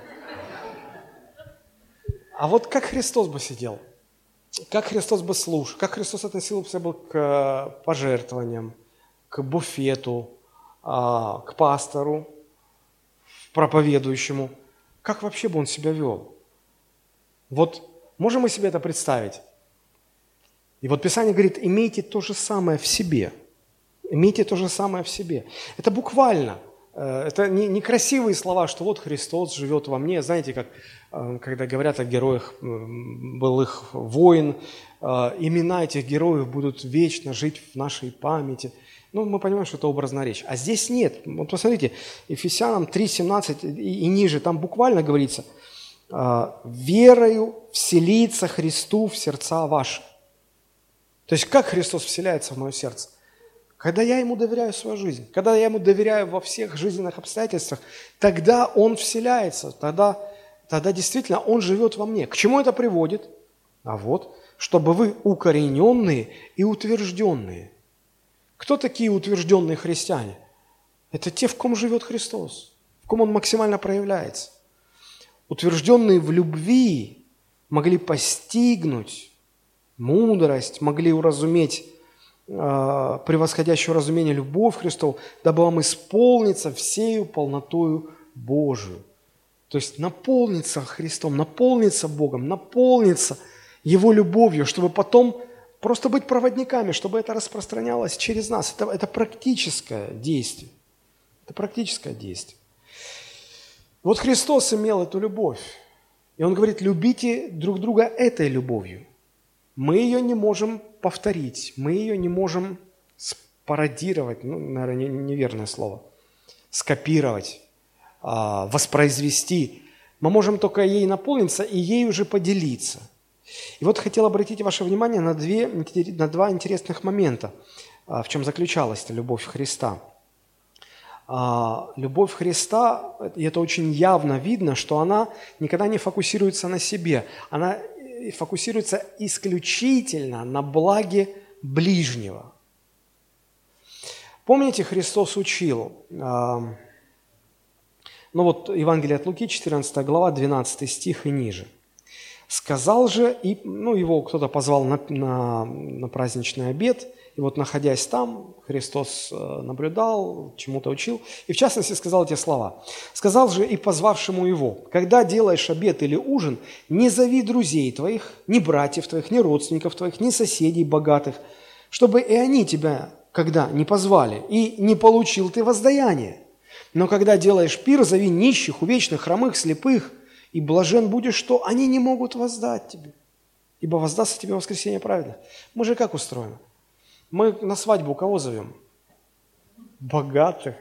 А вот как Христос бы сидел, как Христос бы слушал, как Христос относился бы к пожертвованиям, к буфету, к пастору, проповедующему, как вообще бы Он себя вел? Вот можем мы себе это представить? И вот Писание говорит: имейте то же самое в себе. Имейте то же самое в себе. Это буквально. Это не красивые слова, что вот Христос живет во мне. Знаете, как когда говорят о героях былых войн, имена этих героев будут вечно жить в нашей памяти. Мы понимаем, что это образная речь. А здесь нет. Вот посмотрите, Ефесянам 3:17 и ниже, там буквально говорится: «Верою вселится Христу в сердца ваши». То есть как Христос вселяется в мое сердце? Когда я Ему доверяю свою жизнь, когда я Ему доверяю во всех жизненных обстоятельствах, тогда Он вселяется, тогда действительно Он живет во мне. К чему это приводит? Чтобы вы укорененные и утвержденные. Кто такие утвержденные христиане? Это те, в ком живет Христос, в ком Он максимально проявляется. Утвержденные в любви могли постигнуть мудрость, могли уразуметь превосходящую разумение любовь Христову, дабы вам исполниться всею полнотою Божию. То есть наполниться Христом, наполниться Богом, наполниться Его любовью, чтобы потом просто быть проводниками, чтобы это распространялось через нас. Это практическое действие. Это практическое действие. Вот Христос имел эту любовь. И Он говорит: любите друг друга этой любовью. Мы ее не можем повторить, мы ее не можем пародировать, наверное, неверное слово, скопировать, воспроизвести. Мы можем только ей наполниться и ей уже поделиться. И вот хотел обратить ваше внимание на два интересных момента, в чем заключалась эта любовь Христа. Любовь Христа, и это очень явно видно, что она никогда не фокусируется на себе, она фокусируется исключительно на благе ближнего. Помните, Христос учил, Евангелие от Луки, 14 глава, 12 стих и ниже. «Сказал же, его кто-то позвал на праздничный обед, и вот, находясь там, Христос наблюдал, чему-то учил, и в частности сказал эти слова. Сказал же и позвавшему его: когда делаешь обед или ужин, не зови друзей твоих, ни братьев твоих, ни родственников твоих, ни соседей богатых, чтобы и они тебя когда не позвали, и не получил ты воздаяние. Но когда делаешь пир, зови нищих, увечных, хромых, слепых, и блажен будешь, что они не могут воздать тебе, ибо воздастся тебе воскресение праведных». Мы же как устроены? Мы на свадьбу кого зовем? Богатых,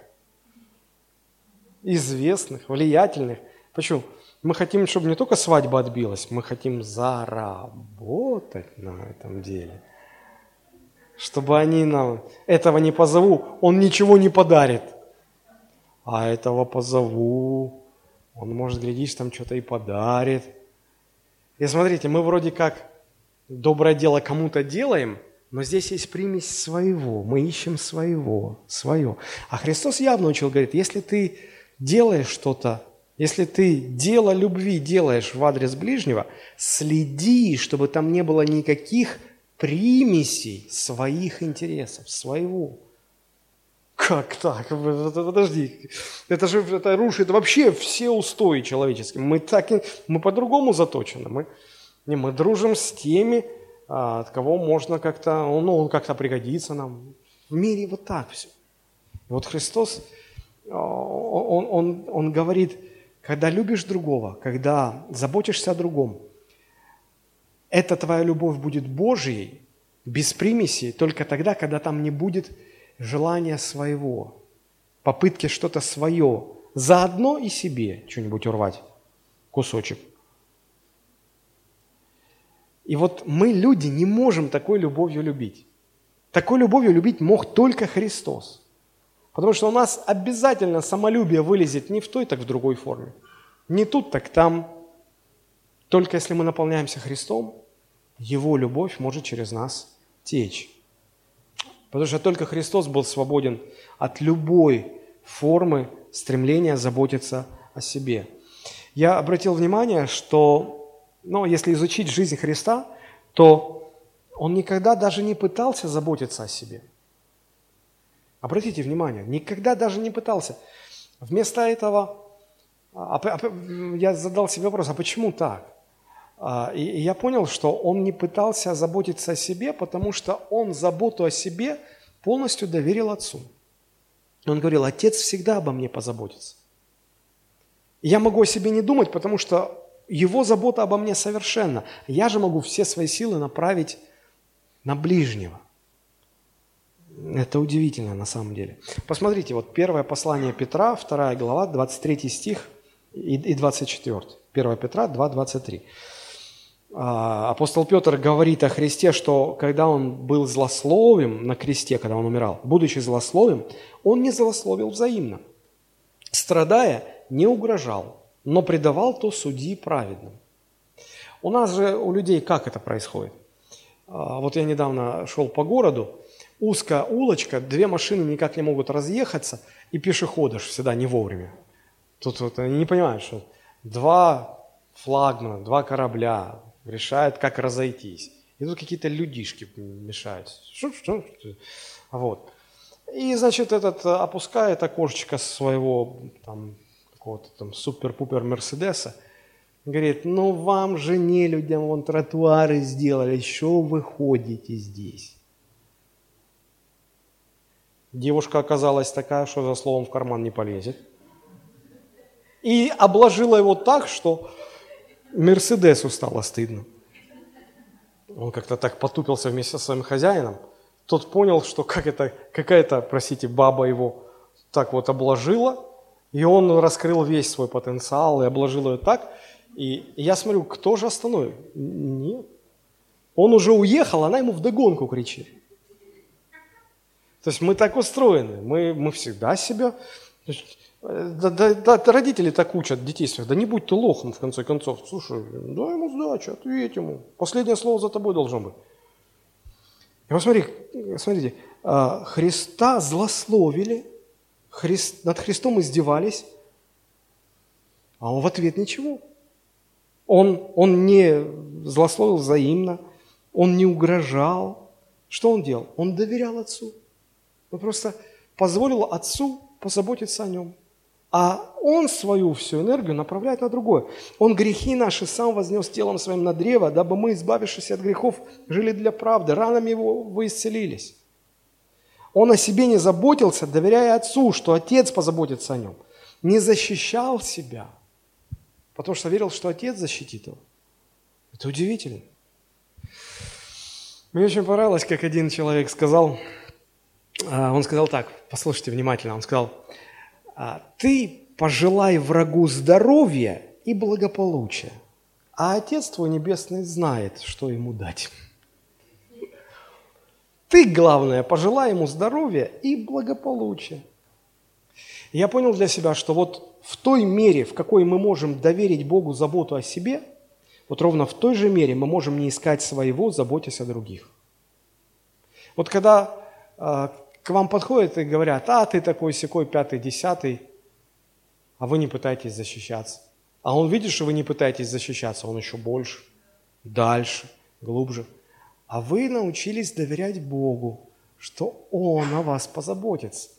известных, влиятельных. Почему? Мы хотим, чтобы не только свадьба отбилась, мы хотим заработать на этом деле. Чтобы они нам этого не позову, он ничего не подарит. А этого позову, он, может, глядишь, там что-то и подарит. И смотрите, мы вроде как доброе дело кому-то делаем, но здесь есть примесь своего, мы ищем свое. А Христос явно учил, говорит, если ты делаешь что-то, если ты дело любви делаешь в адрес ближнего, следи, чтобы там не было никаких примесей своих интересов, своего. Как так? Подожди, это рушит вообще все устои человеческие. Мы по-другому заточены. Мы дружим с теми, от кого можно как-то, он как-то пригодится нам. В мире вот так все. И вот Христос, он говорит, когда любишь другого, когда заботишься о другом, эта твоя любовь будет Божьей, без примесей, только тогда, когда там не будет желания своего, попытки что-то свое, заодно и себе что-нибудь урвать, кусочек. И вот мы, люди, не можем такой любовью любить. Такой любовью любить мог только Христос. Потому что у нас обязательно самолюбие вылезет не в той, так в другой форме. Не тут, так там. Только если мы наполняемся Христом, Его любовь может через нас течь. Потому что только Христос был свободен от любой формы стремления заботиться о себе. Я обратил внимание, что если изучить жизнь Христа, то Он никогда даже не пытался заботиться о себе. Обратите внимание, никогда даже не пытался. Вместо этого я задал себе вопрос, а почему так? И я понял, что Он не пытался заботиться о себе, потому что Он заботу о себе полностью доверил Отцу. Он говорил, Отец всегда обо мне позаботится. И я могу о себе не думать, потому что Его забота обо мне совершенна. Я же могу все свои силы направить на ближнего. Это удивительно на самом деле. Посмотрите, вот первое послание Петра, 2 глава, 23 стих и 24. 1 Петра 2, 23. Апостол Петр говорит о Христе, что когда Он был злословим на кресте, когда Он умирал, будучи злословим, Он не злословил взаимно. Страдая, не угрожал, но предавал то судьи праведным. У нас же, у людей, как это происходит? Вот я недавно шел по городу, узкая улочка, 2 машины никак не могут разъехаться, и пешеходы всегда не вовремя. Тут вот они не понимают, что 2 флагмана, 2 корабля решают, как разойтись. И тут какие-то людишки мешают. Вот. И, значит, этот опускает окошечко своего какого-то супер-пупер Мерседеса, говорит, вам же не людям вон тротуары сделали, что вы ходите здесь? Девушка оказалась такая, что за словом в карман не полезет. И обложила его так, что Мерседесу стало стыдно. Он как-то так потупился вместе со своим хозяином. тот понял, что какая-то, простите, баба его так вот обложила, и он раскрыл весь свой потенциал и обложил ее так. И я смотрю, кто же остановит? Нет. Он уже уехал, она ему вдогонку кричит. То есть мы так устроены, мы всегда себя... родители так учат детей своих, да не будь ты лохом, в конце концов. Слушай, дай ему сдачу, ответь ему. Последнее слово за тобой должно быть. И вот смотрите, Христа злословили, над Христом издевались, а он в ответ ничего. Он не злословил взаимно, он не угрожал. Что он делал? Он доверял Отцу. Он просто позволил Отцу позаботиться о нем. А он свою всю энергию направляет на другое. Он грехи наши сам вознес телом своим на древо, дабы мы, избавившись от грехов, жили для правды. Ранами его вы исцелились. Он о себе не заботился, доверяя Отцу, что Отец позаботится о нем. Не защищал себя, потому что верил, что Отец защитит его. Это удивительно. Мне очень понравилось, как один человек сказал, он сказал так, послушайте внимательно, он сказал: ты пожелай врагу здоровья и благополучия, а Отец твой Небесный знает, что ему дать. Ты, главное, пожелай ему здоровья и благополучия. Я понял для себя, что вот в той мере, в какой мы можем доверить Богу заботу о себе, вот ровно в той же мере мы можем не искать своего, заботясь о других. Вот когда к вам подходят и говорят: ты такой-сякой, 5-10, а вы не пытаетесь защищаться. А он видит, что вы не пытаетесь защищаться, он еще больше, дальше, глубже. А вы научились доверять Богу, что Он о вас позаботится.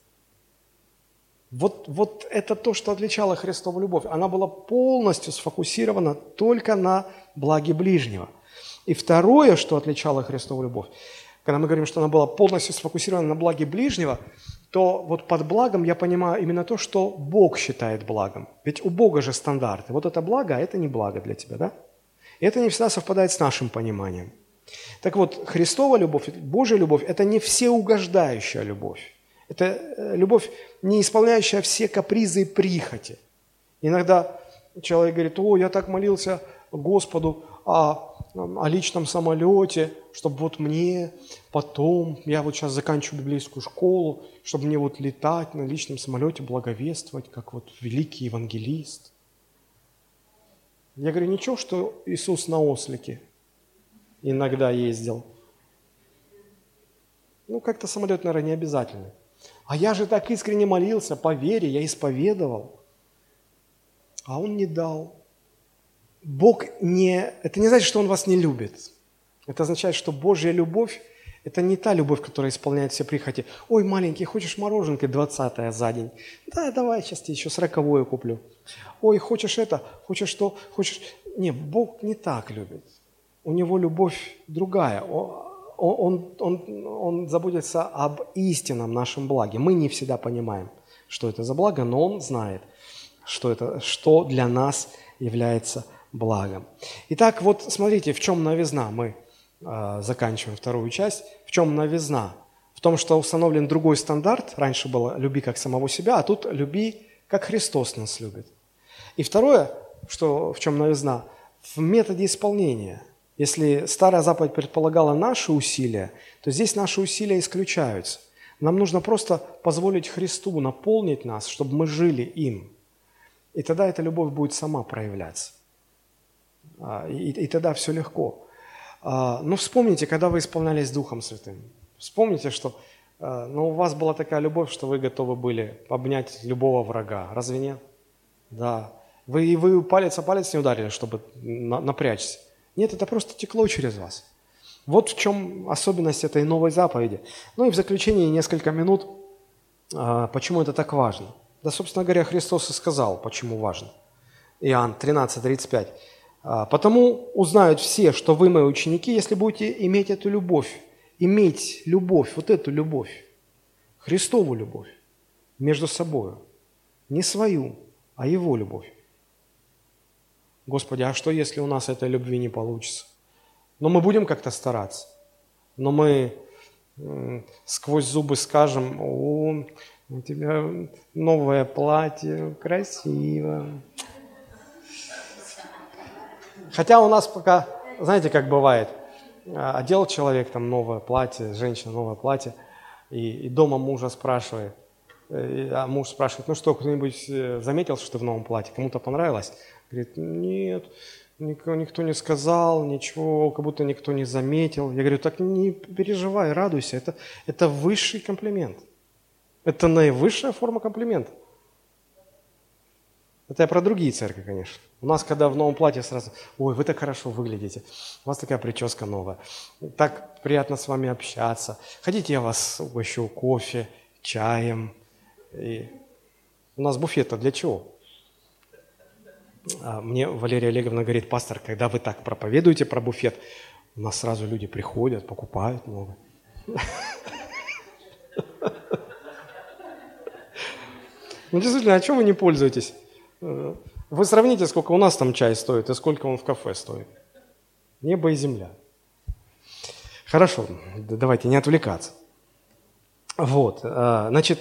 Вот это то, что отличало Христову любовь. Она была полностью сфокусирована только на благе ближнего. И второе, что отличало Христову любовь, когда мы говорим, что она была полностью сфокусирована на благе ближнего, то вот под благом я понимаю именно то, что Бог считает благом. Ведь у Бога же стандарты. Вот это благо, а это не благо для тебя, да? И это не всегда совпадает с нашим пониманием. Так вот, Христова любовь, Божья любовь – это не всеугождающая любовь. Это любовь, не исполняющая все капризы и прихоти. Иногда человек говорит: я так молился Господу о личном самолете, чтобы вот мне потом, я вот сейчас заканчиваю библейскую школу, чтобы мне вот летать на личном самолете, благовествовать, как вот великий евангелист. Я говорю: ничего, что Иисус на ослике иногда ездил. Как-то самолет, наверное, не обязательно. А я же так искренне молился, по вере, я исповедовал. А Он не дал. Бог это не значит, что Он вас не любит. Это означает, что Божья любовь – это не та любовь, которая исполняет все прихоти. Ой, маленький, хочешь мороженки 20-е за день? Да, давай, сейчас тебе еще 40-е куплю. Ой, хочешь это, хочешь то, хочешь… Нет, Бог не так любит. У Него любовь другая. Он заботится об истинном нашем благе. Мы не всегда понимаем, что это за благо, но Он знает, что для нас является благом. Итак, вот смотрите, в чем новизна. Мы заканчиваем вторую часть. В чем новизна? В том, что установлен другой стандарт. Раньше было «люби как самого себя», а тут «люби, как Христос нас любит». И второе, в чем новизна, в методе исполнения. Если старая заповедь предполагала наши усилия, то здесь наши усилия исключаются. Нам нужно просто позволить Христу наполнить нас, чтобы мы жили им. И тогда эта любовь будет сама проявляться. И тогда все легко. Но вспомните, когда вы исполнялись Духом Святым. Вспомните, что у вас была такая любовь, что вы готовы были обнять любого врага. Разве нет? Да. Вы палец о палец не ударили, чтобы напрячься. Нет, это просто текло через вас. Вот в чем особенность этой новой заповеди. И в заключение несколько минут, почему это так важно. Да, собственно говоря, Христос и сказал, почему важно. Иоанн 13:35. «Потому узнают все, что вы мои ученики, если будете иметь эту любовь». Иметь любовь, вот эту любовь, Христову любовь между собой. Не свою, а Его любовь. Господи, а что, если у нас этой любви не получится? Мы будем как-то стараться, но мы сквозь зубы скажем: «О, у тебя новое платье, красиво». Хотя у нас пока, знаете, как бывает, одел человек там новое платье, женщина новое платье, и дома мужа спрашивает, а муж спрашивает: ну что, кто-нибудь заметил, что ты в новом платье? Кому-то понравилось? Говорит: нет, никто не сказал, ничего, как будто никто не заметил. Я говорю: так не переживай, радуйся, это высший комплимент. Это наивысшая форма комплимента. Это я про другие церкви, конечно. У нас, когда в новом платье сразу: ой, вы так хорошо выглядите, у вас такая прическа новая, так приятно с вами общаться. Хотите, я вас угощу кофе, чаем? И у нас буфет-то для чего? Мне Валерия Олеговна говорит: пастор, когда вы так проповедуете про буфет, у нас сразу люди приходят, покупают много. Ну, действительно, а чем вы не пользуетесь? Вы сравните, сколько у нас там чай стоит и сколько он в кафе стоит. Небо и земля. Хорошо, давайте не отвлекаться. Вот, значит,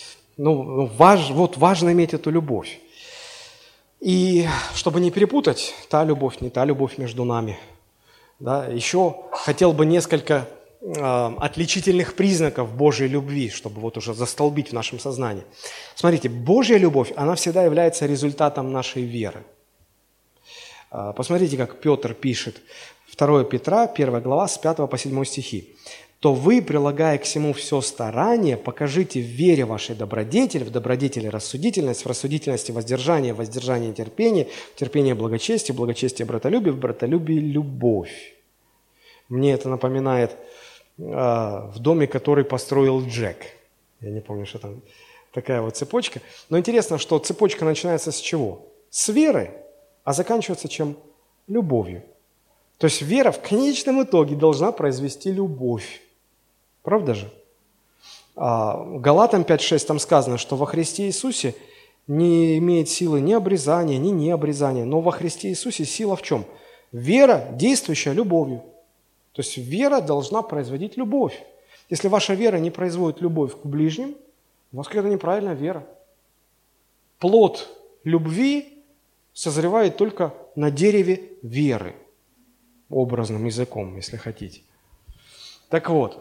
важно иметь эту любовь. И чтобы не перепутать, та любовь, не та любовь между нами. Да, еще хотел бы несколько отличительных признаков Божьей любви, чтобы вот уже застолбить в нашем сознании. Смотрите, Божья любовь, она всегда является результатом нашей веры. Посмотрите, как Петр пишет, 2 Петра, 1 глава, с 5 по 7 стихи. «То вы, прилагая к всему все старание, покажите в вере вашей добродетель, в добродетели рассудительность, в рассудительности воздержание, в воздержании терпение, в терпении благочестие, в благочестии братолюбие, в братолюбии любовь». Мне это напоминает в доме, который построил Джек. Я не помню, что там такая вот цепочка. Но интересно, что цепочка начинается с чего? С веры, а заканчивается чем? Любовью. То есть вера в конечном итоге должна произвести любовь. Правда же? Галатам 5:6 там сказано, что во Христе Иисусе не имеет силы ни обрезания, ни необрезания. Но во Христе Иисусе сила в чем? Вера, действующая любовью. То есть вера должна производить любовь. Если ваша вера не производит любовь к ближним, у вас какая-то неправильная вера. Плод любви созревает только на дереве веры. Образным языком, если хотите. Так вот,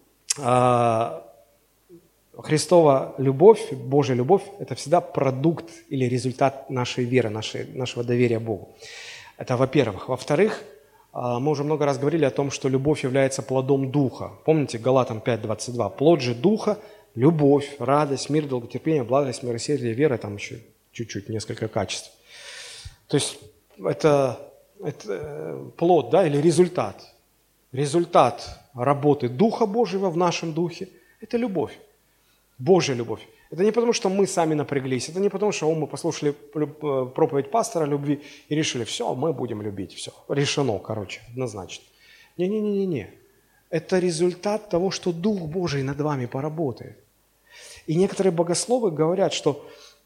Христова любовь, Божья любовь – это всегда продукт или результат нашей веры, нашего доверия Богу. Это во-первых. Во-вторых, мы уже много раз говорили о том, что любовь является плодом Духа. Помните, Галатам 5:22. Плод же Духа – любовь, радость, мир, долготерпение, благость, милосердие, вера, там еще чуть-чуть, несколько качеств. То есть это плод, да, или результат. Результат работы Духа Божьего в нашем духе – это любовь, Божья любовь. Это не потому, что мы сами напряглись, это не потому, что мы послушали проповедь пастора любви и решили: все, мы будем любить, все, решено, однозначно. Не. Это результат того, что Дух Божий над вами поработает. И некоторые богословы говорят, что,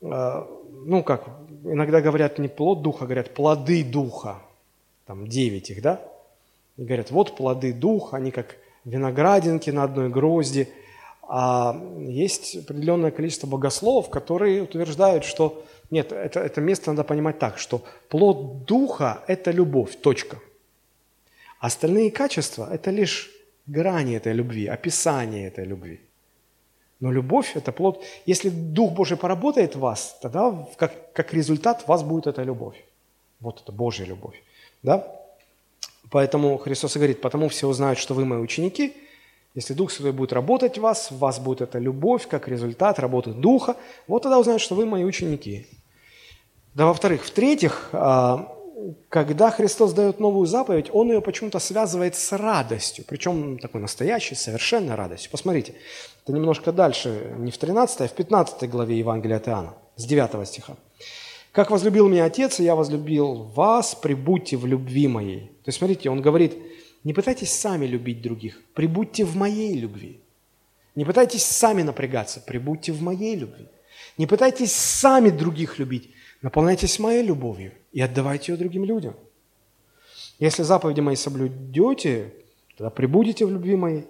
иногда говорят не плод Духа, говорят плоды Духа. Там 9 их, да? И говорят: вот плоды Духа, они как виноградинки на одной грозди. А есть определенное количество богословов, которые утверждают, что нет, это место надо понимать так, что плод Духа – это любовь, точка. Остальные качества – это лишь грани этой любви, описание этой любви. Но любовь – это плод. Если Дух Божий поработает в вас, тогда как результат в вас будет эта любовь. Вот это Божья любовь. Да? Поэтому Христос и говорит: потому все узнают, что вы мои ученики. Если Дух Святой будет работать в вас будет эта любовь как результат работы Духа, вот тогда узнают, что вы мои ученики. Да, во-вторых. В-третьих, когда Христос дает новую заповедь, Он ее почему-то связывает с радостью, причем такой настоящей, совершенной радостью. Посмотрите, это немножко дальше, не в 13, а в 15 главе Евангелия от Иоанна, с 9 стиха. «Как возлюбил меня Отец, и я возлюбил вас, пребудьте в любви моей». То есть, смотрите, Он говорит: не пытайтесь сами любить других, пребудьте в моей любви. Не пытайтесь сами напрягаться, пребудьте в моей любви. Не пытайтесь сами других любить, наполняйтесь моей любовью и отдавайте ее другим людям. Если заповеди мои соблюдете, тогда пребудете в любви моей,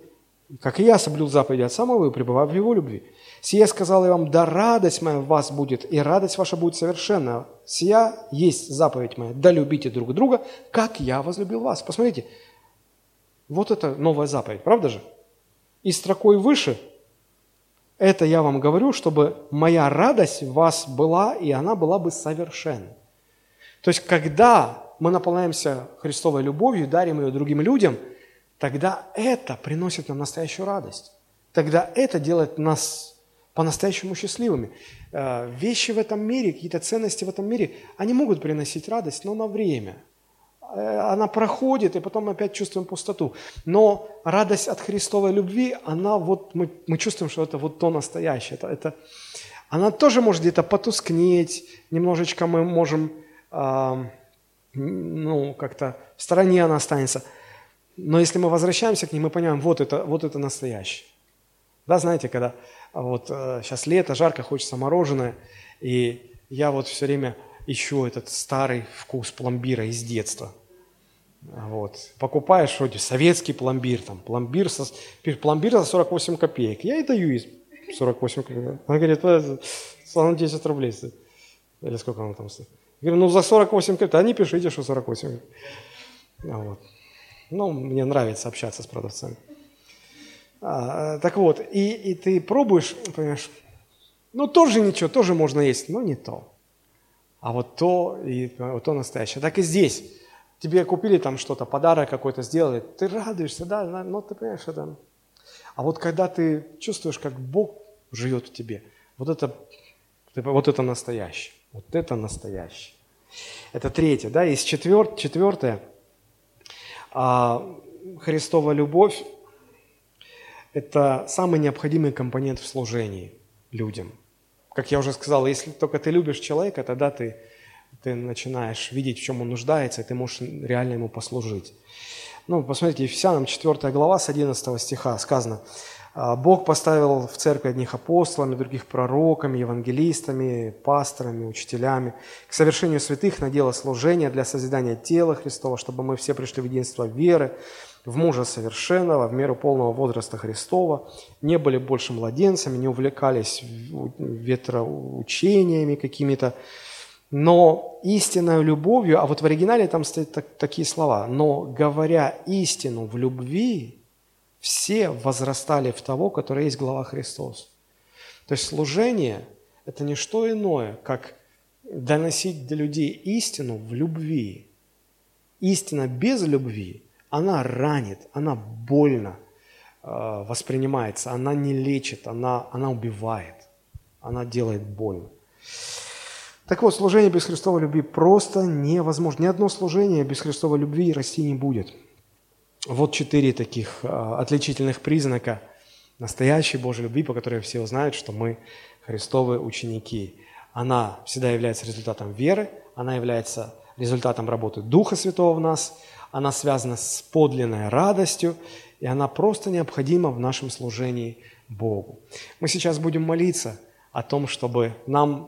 как и я соблюл заповеди Отца моего и пребываю в Его любви. Сия сказал я вам, да радость моя в вас будет, и радость ваша будет совершенна. Сия есть заповедь моя, да любите друг друга, как я возлюбил вас». Посмотрите, вот это новая заповедь, правда же? И строкой выше, это я вам говорю, чтобы моя радость в вас была, и она была бы совершенна. То есть, когда мы наполняемся Христовой любовью, дарим ее другим людям, тогда это приносит нам настоящую радость. Тогда это делает нас по-настоящему счастливыми. Вещи в этом мире, какие-то ценности в этом мире, они могут приносить радость, но на время. Она проходит, и потом мы опять чувствуем пустоту. Но радость от Христовой любви, она вот, мы чувствуем, что это вот то настоящее. Она тоже может где-то потускнеть, немножечко мы можем, как-то в стороне она останется. Но если мы возвращаемся к ней, мы понимаем, вот это настоящее. Да, знаете, когда вот сейчас лето, жарко, хочется мороженое, и я вот все время ищу этот старый вкус пломбира из детства. Вот. Покупаешь вроде советский пломбир, там, пломбир за 48 копеек. Я и даю из 48 копеек. Она говорит, он 10 рублей стоит. Или сколько он там стоит. Я говорю, за 48 копеек. Да не пишите, что 48. Вот. Мне нравится общаться с продавцами. Так вот, и ты пробуешь, понимаешь, тоже ничего, тоже можно есть, но не то. А вот то настоящее. Так и здесь. Тебе купили там что-то, подарок какой-то сделали, ты радуешься, да, но ты понимаешь, это... А вот когда ты чувствуешь, как Бог живет в тебе, вот это настоящее. Вот это настоящее. Это третье, да, и четвертое. Христова любовь – это самый необходимый компонент в служении людям. Как я уже сказал, если только ты любишь человека, тогда ты начинаешь видеть, в чем он нуждается, и ты можешь реально ему послужить. Посмотрите, Ефесянам 4 глава с 11 стиха сказано: «Бог поставил в церкви одних апостолами, других пророками, евангелистами, пасторами, учителями, к совершению святых на дело служения для созидания тела Христова, чтобы мы все пришли в единство веры, в мужа совершенного, в меру полного возраста Христова, не были больше младенцами, не увлекались ветроучениями какими-то, но истинной любовью», а вот в оригинале там стоят такие слова: «но, говоря истину в любви, все возрастали в того, который есть глава Христос». То есть служение – это не что иное, как доносить до людей истину в любви. Истина без любви, она ранит, она больно воспринимается, она не лечит, она убивает, она делает больно. Так вот, служение без Христовой любви просто невозможно. Ни одно служение без Христовой любви расти не будет. Вот 4 таких отличительных признака настоящей Божьей любви, по которой все узнают, что мы Христовы ученики. Она всегда является результатом веры, она является результатом работы Духа Святого в нас, она связана с подлинной радостью, и она просто необходима в нашем служении Богу. Мы сейчас будем молиться о том, чтобы нам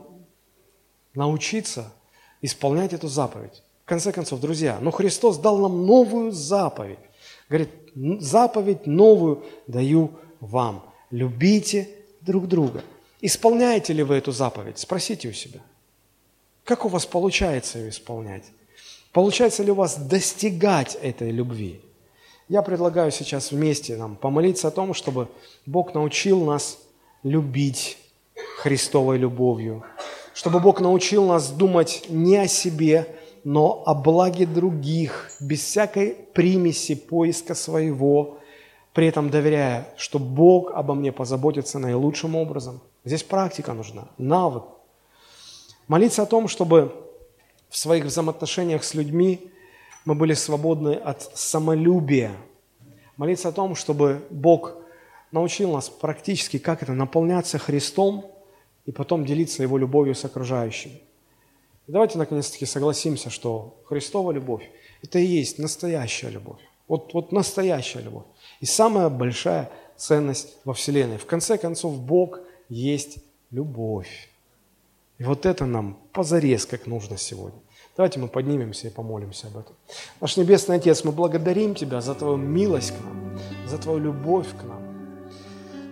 научиться исполнять эту заповедь. В конце концов, друзья, Христос дал нам новую заповедь. Говорит, заповедь новую даю вам. Любите друг друга. Исполняете ли вы эту заповедь? Спросите у себя. Как у вас получается ее исполнять? Получается ли у вас достигать этой любви? Я предлагаю сейчас вместе нам помолиться о том, чтобы Бог научил нас любить Христовой любовью, чтобы Бог научил нас думать не о себе, но о благе других, без всякой примеси поиска своего, при этом доверяя, что Бог обо мне позаботится наилучшим образом. Здесь практика нужна, навык. Молиться о том, чтобы в своих взаимоотношениях с людьми мы были свободны от самолюбия. Молиться о том, чтобы Бог научил нас практически, как это, наполняться Христом и потом делиться Его любовью с окружающими. И давайте наконец-таки согласимся, что Христова любовь – это и есть настоящая любовь. Вот настоящая любовь. И самая большая ценность во Вселенной. В конце концов, Бог есть любовь. И вот это нам позарез как нужно сегодня. Давайте мы поднимемся и помолимся об этом. Наш Небесный Отец, мы благодарим Тебя за Твою милость к нам, за Твою любовь к нам.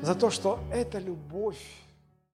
за то, что эта любовь